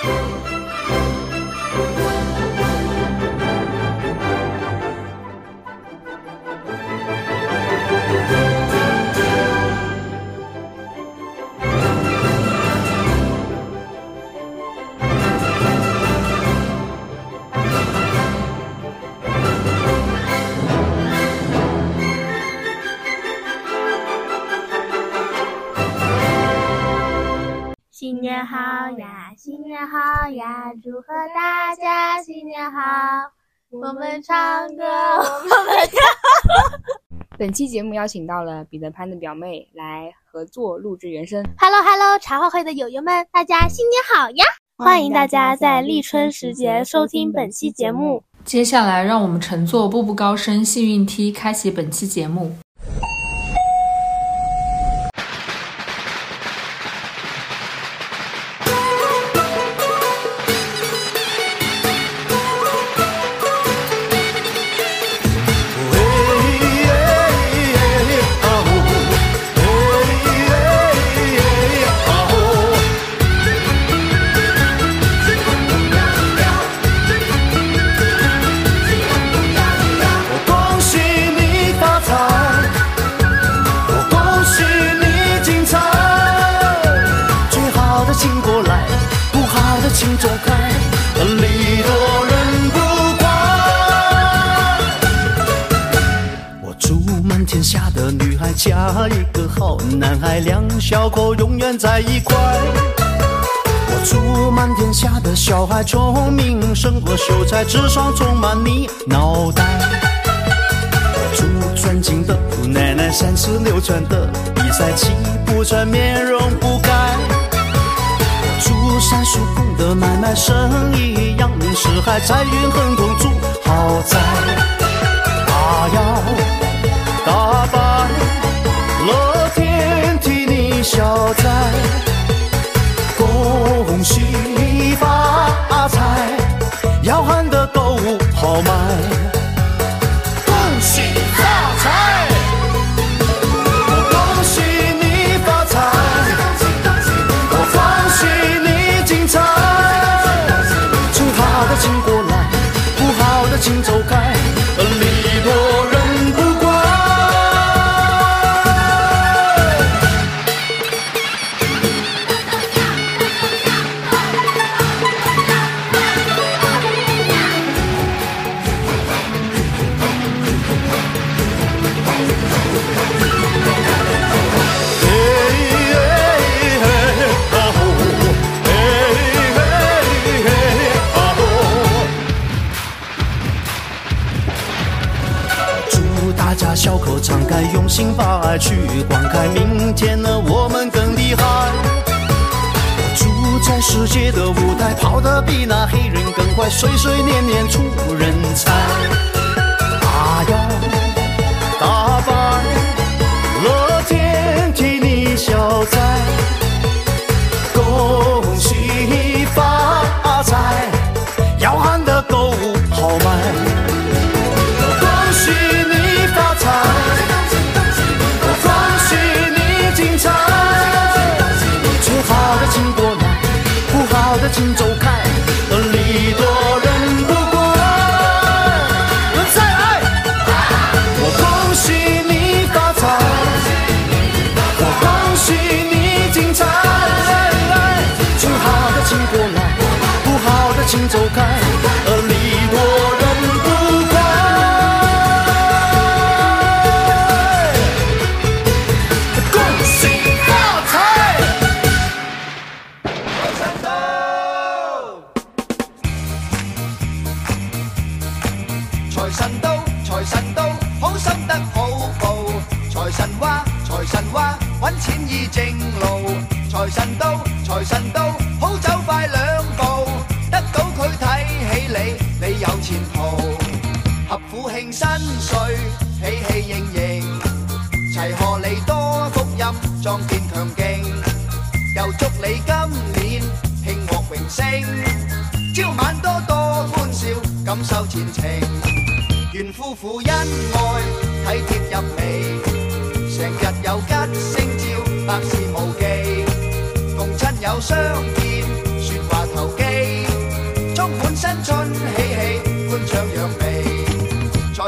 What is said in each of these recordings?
新年好呀，新年好呀，祝贺大家新年好！我们唱歌，我们跳。 本期节目邀请到了彼得潘的表妹来合作录制原声。 Hello， 茶话会的友友们，大家新年好呀！欢迎大家在立春时节收听本期节目。 接下来，让我们乘坐步步高升幸运梯，开启本期节目。 请走开，礼多人不怪。我祝满天下的女孩嫁一个好男孩，两小口永远在一块。我祝满天下的小孩聪明，胜过秀才，智商充满你脑袋。我祝尊敬的奶奶三十六转的比赛气不喘，面容不改。祝三叔公的买卖生意扬名四海，财运亨通住豪宅。他要打败乐天替你消灾，恭喜发财，要喊得购物好卖。恭喜发财，我恭喜你发财，我恭喜你精彩。请好的请过来，不好的请走开，礼多人不怪。小口敞开，用心把爱去灌溉，明天呢我们更厉害。我住在世界的舞台，跑得比那黑人更快，岁岁年年出人才。他要打败乐天替你消灾，恭喜发财，要喊得购物好卖。恭喜你发财，我恭喜你精彩。最好的请过来，不好的请走开，礼多人不怪。再来，我恭喜你发财，我恭喜你精彩。最好的请过来，不好的请走开，礼多人不怪。 財神到，財神到，好心得好報。財神話，財神話，揾錢依正路。財神到，財神到，好走快兩步。得到佢睇起你，你有前途。合府慶新歲，喜氣盈盈，齊賀你多福音，壯健強勁。又祝你今年慶獲榮升，朝晚多多歡笑，感受前程。願夫婦恩愛，體貼入微，成日有吉星照，百事無忌。共親友相見，説話投機，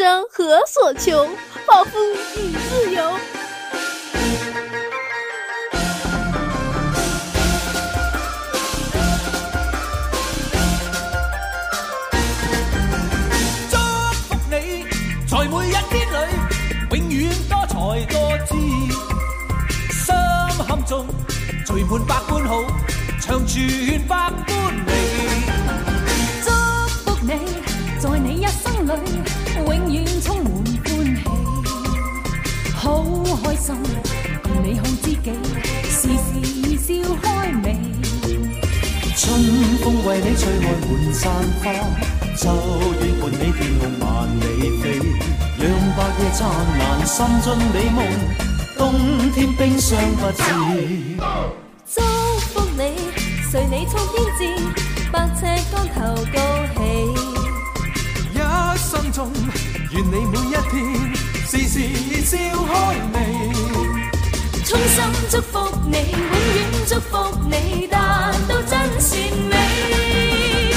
生何所求？抱负已自由。 祝福你，在每一天裏，永遠多才多姿，心坎中聚滿百般好，長存百般美。 祝福你，在你一生裏，永遠充滿歡喜，好開心，共你好知己，時時笑開眉。 春風為你吹開滿山花，秋月伴你天空萬里飛，讓白夜燦爛，心盡美夢，冬天冰霜不至。 祝福你，隨你衝天志，百尺竿頭高起。 一生中，願你每一天，時時笑開眉。 衷心祝福你，永遠祝福你，達到真善美。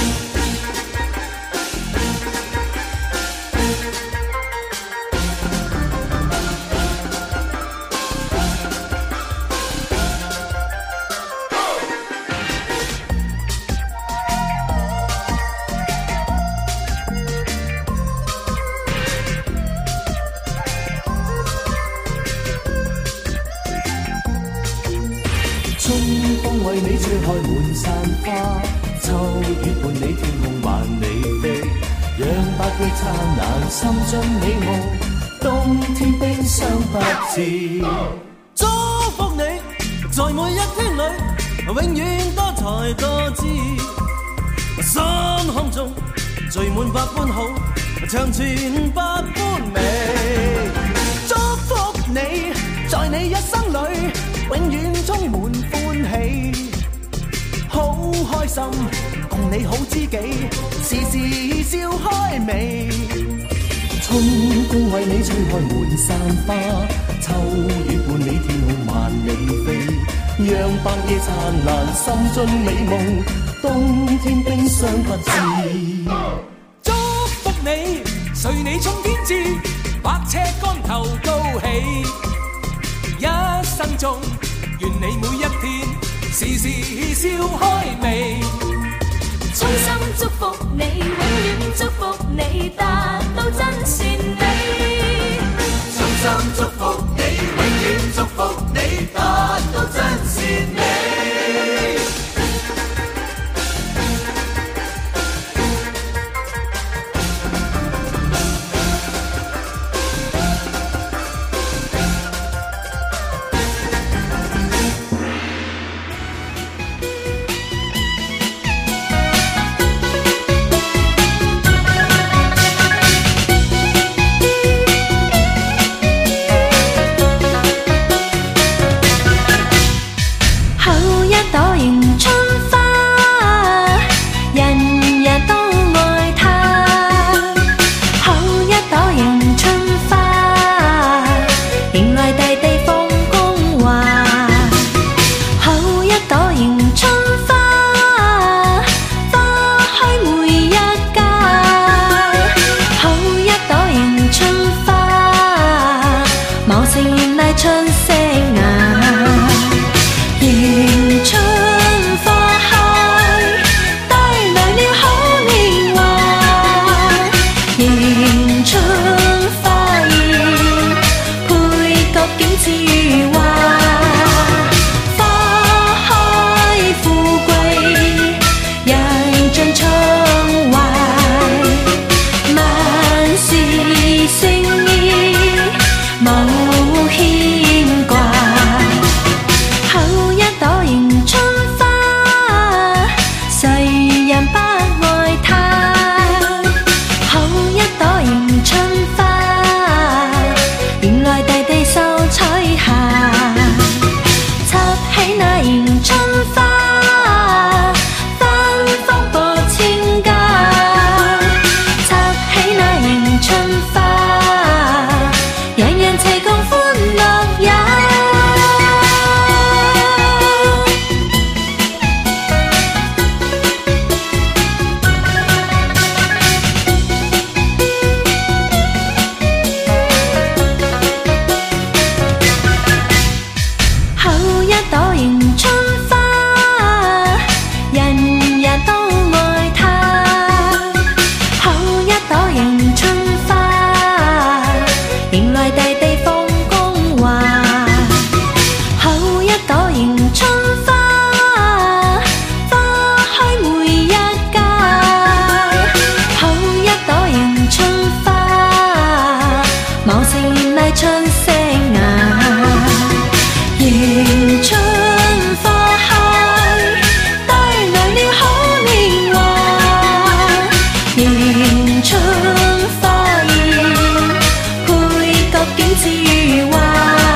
春風為你吹開滿山花，秋月伴你天空萬里飛，讓白月燦爛，心盡美夢，冬天冰霜不至。 祝福你，在每一天裏，永遠多才多姿，心坎中聚滿百般好，長存百般美。祝福你，在你一生裏，永遠充滿歡喜，好開心，共你好知己，時時笑開眉。 春風為你吹開滿山花，秋月伴你天空萬里飛，讓白夜燦爛，心盡美夢，冬天冰霜不至。 祝福你，隨你衝天志，百尺竿頭高起。一生中，願你每一天，時時笑開眉。 衷心祝福你，永遠祝福你，達到真善美。 衷心祝福你，永遠祝福你，達到真善美。 迎春花迎，配角景致如畫，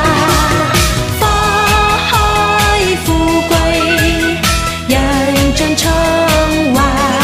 花開富貴，人盡窗懷，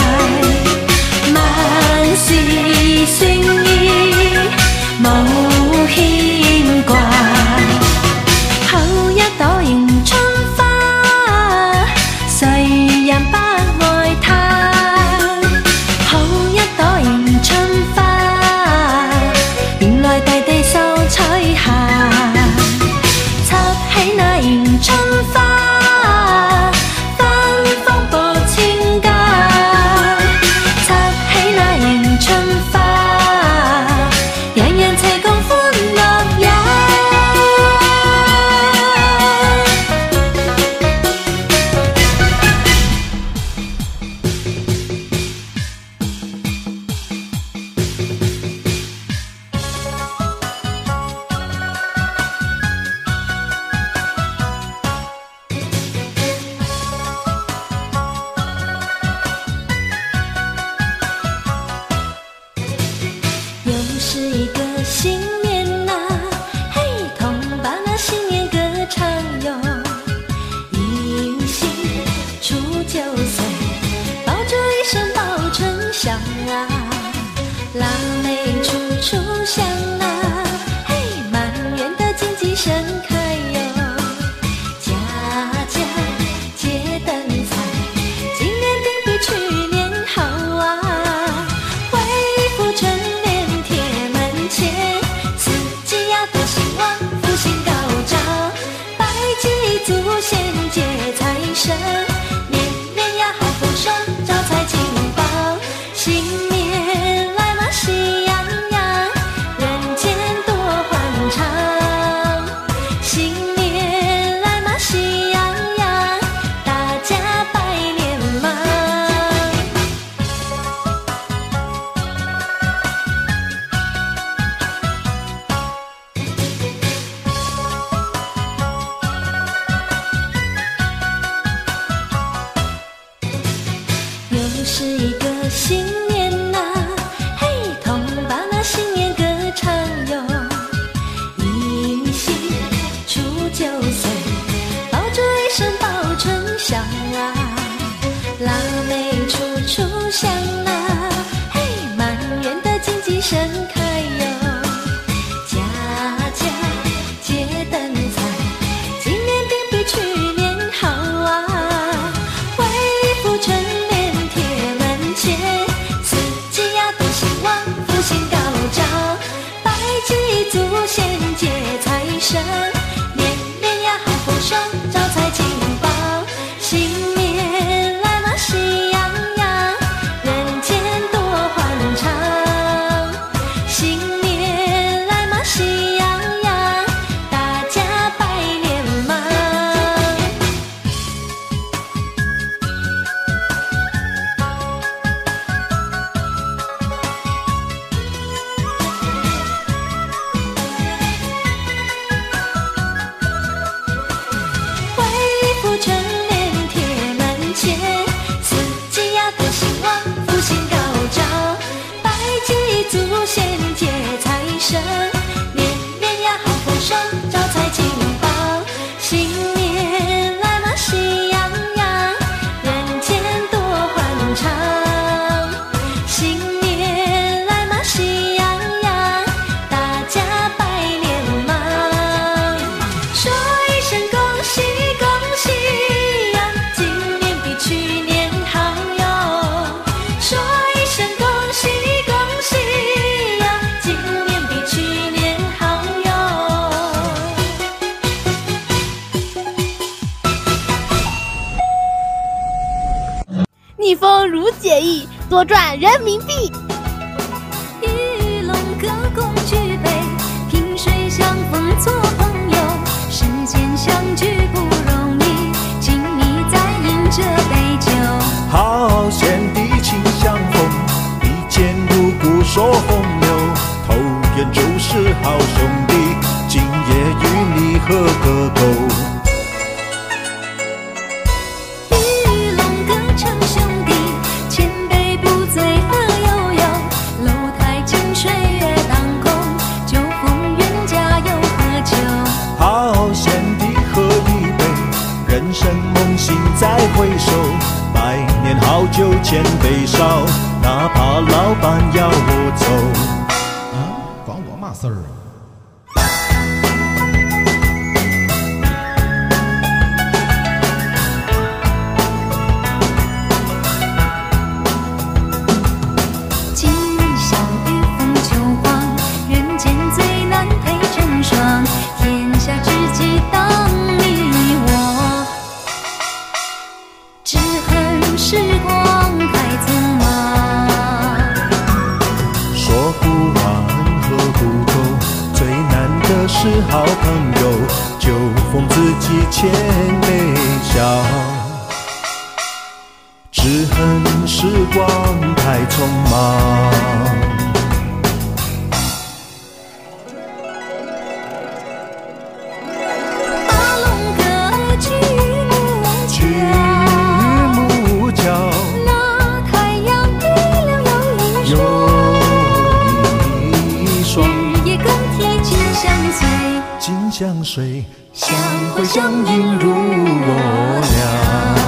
萬事勝意無牽掛。後一朵迎春花，誰人不愛它？後一朵迎春花，迎來大地秀彩霞。插起那迎春花，芬芳播千家。插起那迎春花，人人齊共歡樂也。又是一个新年呐、嘿，同把那新年歌唱哟。迎新初9岁，爆竹一声爆春响啊，腊梅处处香啊，嘿，满园的荆棘盛开哟。家家皆灯彩，今年定比去年好啊。恢复春联贴门前，四季呀多兴旺，福星高照，拜祭祖先接财神，年年呀好丰收，招财进宝。新年来嘛喜洋洋，人间多欢畅。新年来嘛喜洋洋，大家拜年嘛。又是一个新年呐、嘿，同把那新年歌唱哟。迎新初9岁，爆竹一声爆春响啊，腊梅处处香啊，嘿，满园的荆棘盛开哟。家家皆灯彩，今年定比去年好啊。恢复春联贴门前，四季呀多兴旺，福星高照，拜祭祖先接财神，年年呀好丰收，招财进宝。新年来嘛喜洋洋，人间多欢畅。新年来嘛喜洋洋，大家拜年嘛。恢复春联贴门前，四季呀多兴旺，福星高照，拜祭祖先接财神，年年呀好丰收，招财进宝。新年来嘛喜洋洋，人间多欢畅。新年来嘛喜洋洋，大家拜年嘛。说一声恭喜恭喜呀，今年比去年好哟。说一声恭喜恭喜呀，今年比去年好哟。 逆风如解意，多赚人民币。 与龙歌共举杯，萍水相逢做朋友。世间相聚不容易，请你再饮这杯酒。 好贤弟请相逢，一见如故说风流。投缘就是好兄弟，今夜与你喝个够。 与龙歌成兄弟，千杯不醉喝悠悠。 千杯烧，哪怕老板要我走。 管我嘛事儿啊？ 今宵雨风秋黄，人间最难配成双，天下知己当你我，只恨时光太匆忙。 说不完喝不够，最难的是好朋友，就封自己千杯笑。只恨时光太匆忙。 八龙歌曲举目角， 那太阳一溜又一有双， 一双日夜更替紧相随， 紧相随，相会相映入我俩。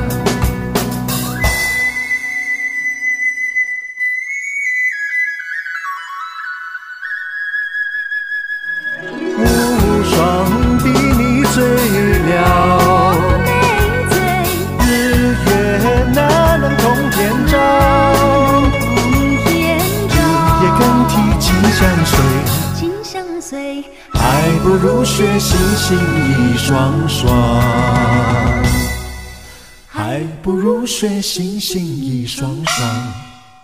无双比你最了， 美醉日月哪能同天照？ 天日夜更替紧相随， 紧相随， 还不如学星星一双双，还不如学星星一双双。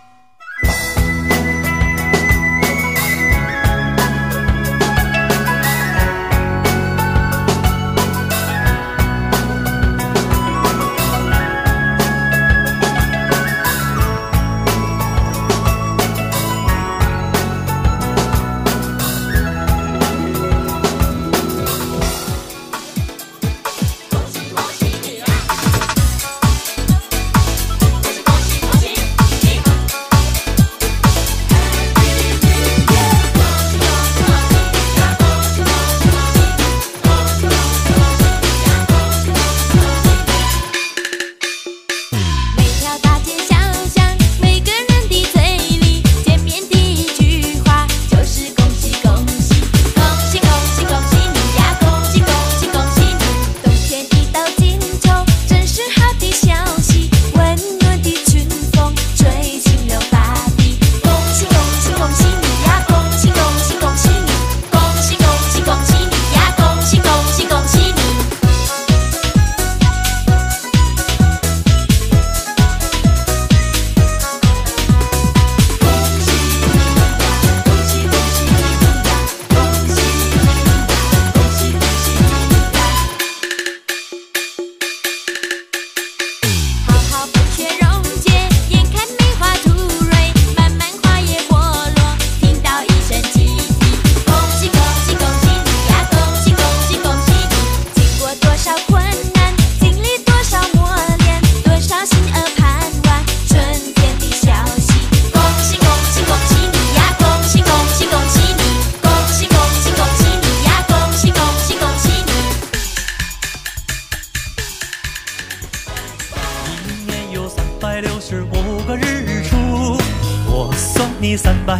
365个日出，我送你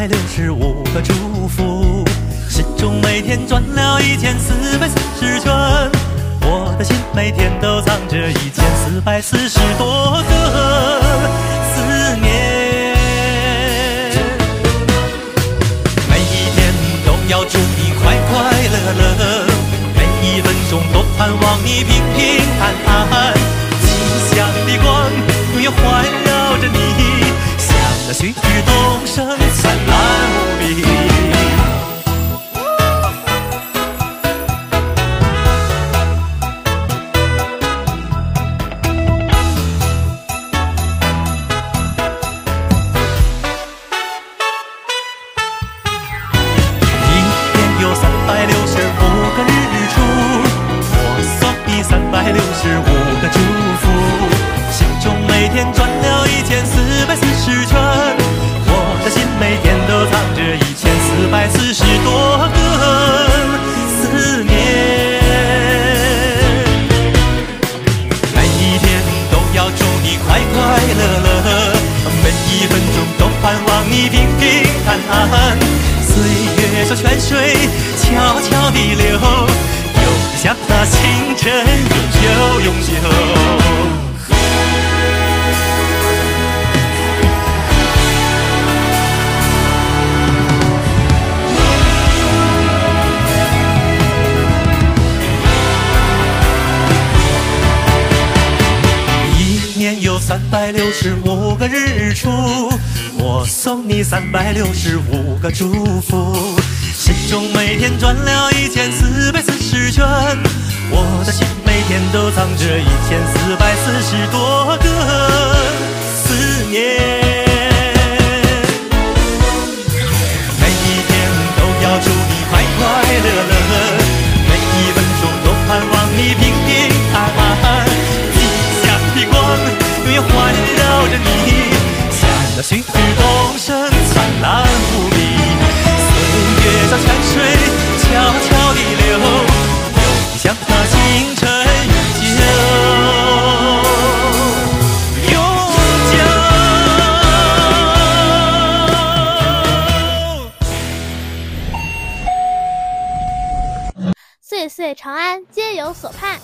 365个祝福。时钟每天转了1440圈，我的心每天都藏着1440多个思念。每一天都要祝你快快乐乐，每一分钟都盼望你平平安安。吉祥的光永远环绕着你，像那旭日东升，灿烂无比。一年有365个日出，我送你365个祝福。心中每天转了1440圈，我的心每天都藏着1000 岸。岁月像泉水悄悄地流，永向那星辰永久永久。有365个日出，我送你365个祝福。心中每天转了1440圈，我的心每天都藏着1440多个思念。每一天都要祝你快快乐乐，每一分钟都盼望你平平安安。的光永远环绕着你，像那旭日东升，灿烂无比。岁月像泉水悄悄地流，永向那星辰永久。岁岁长安，皆有所盼。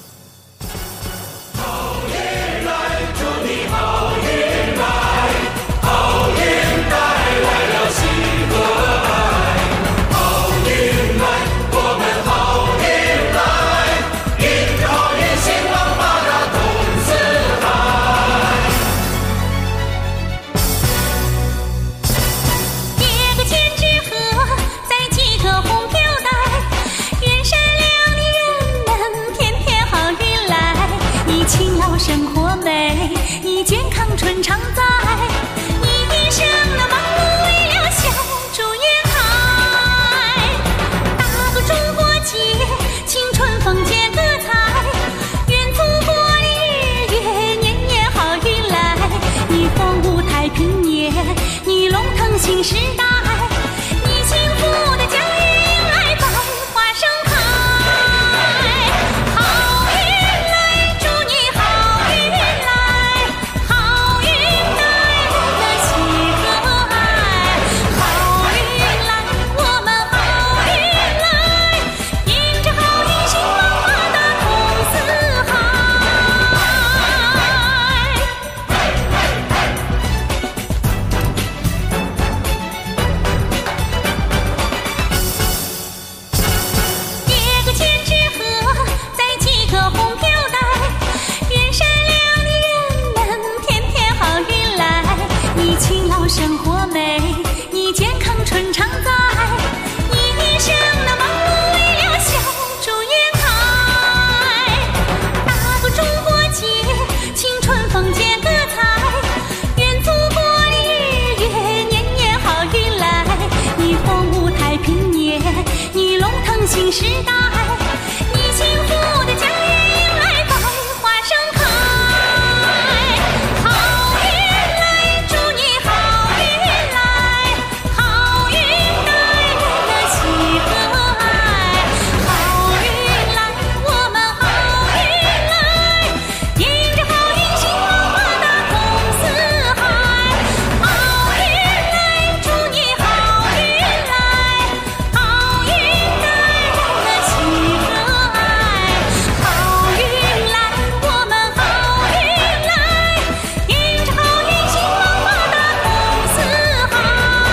祝你好运来，好运来，来了喜和爱。好运来，我们好运来，迎着好运，兴旺发达通四海。 叠个千纸鹤，再系个红飘带，愿善良的人们天天好运来。你勤劳生活美，你健康春常在，你一生的忙碌为了小祝愿开。大个中国结，青春风节歌彩，愿祖国的日月年年好运来。你风舞太平年，你龙腾新时代，你幸福的家园迎来百花盛开。好运来，祝你好运来，好运来，乐喜和爱。好运来，我们好运来，迎着好运，兴旺发达通四海。叠个千纸鹤，再系个红飘带，愿善良的人们天天好运来。你勤劳生活美，你健康春常在，你一生的忙碌为了小祝愿开。大个中国结，青春风节歌彩，愿祖国的日月年年好运来。你风舞太平年，你龙腾新时代，你幸福的家园迎来百花盛开。好运来，祝你好运来，好运来，乐喜和爱。好运来，我们好运来，迎着好运，兴旺发达通四海。好运来，祝你好运来，好运来，乐喜和爱。好运来，我们好运来，迎着好运，兴旺发达通四海。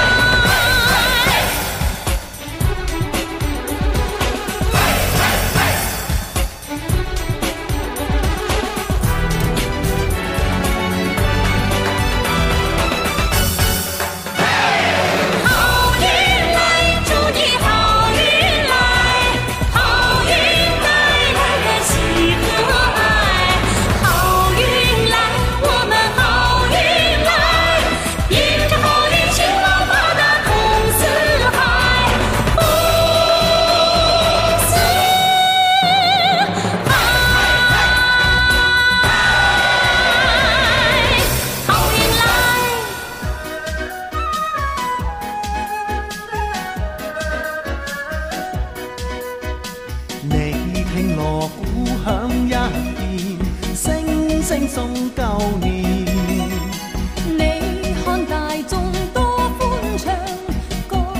好运来，祝你好运来，好运来，乐喜和爱。好运来，我们好运来，迎着好运，兴旺发达通四海。通四海，好运来。 你聽鑼鼓響一片，聲聲送舊年。 你看大眾多歡暢，個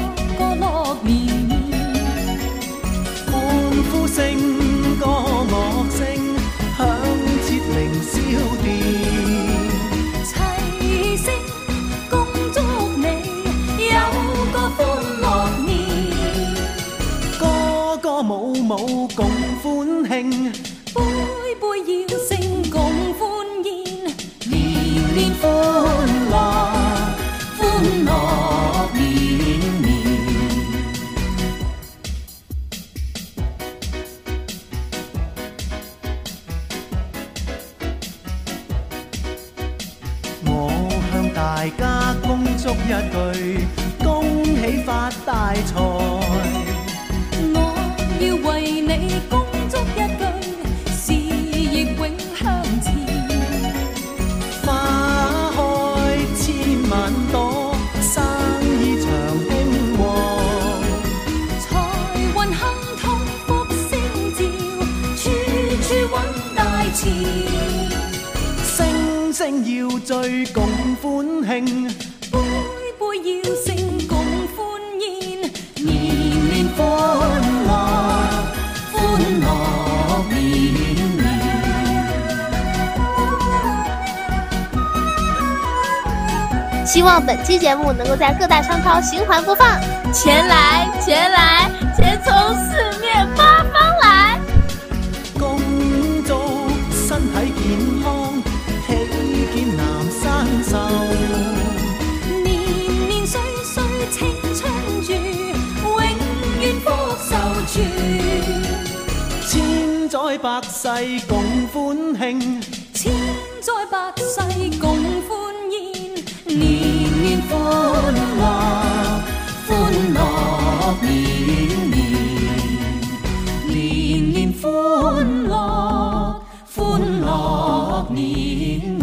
一句恭喜發大財。 我要為你恭祝一句，事業永向前。 花開千萬朵，生意長興旺。 財運亨通福星照，處處揾大錢。 聲聲要醉共歡慶， 杯杯要勝共歡宴， 年年歡樂，歡樂年年。 希望本期节目能够在各大商超循环播放。钱来钱来，钱从四面八方来。 恭祝身體健康，喜見南山壽。 年年歲歲青春住，永遠福壽住。 千載百世共歡慶， 千載百世共歡宴， 年年歡樂，歡樂年年，年年歡樂，歡樂年年。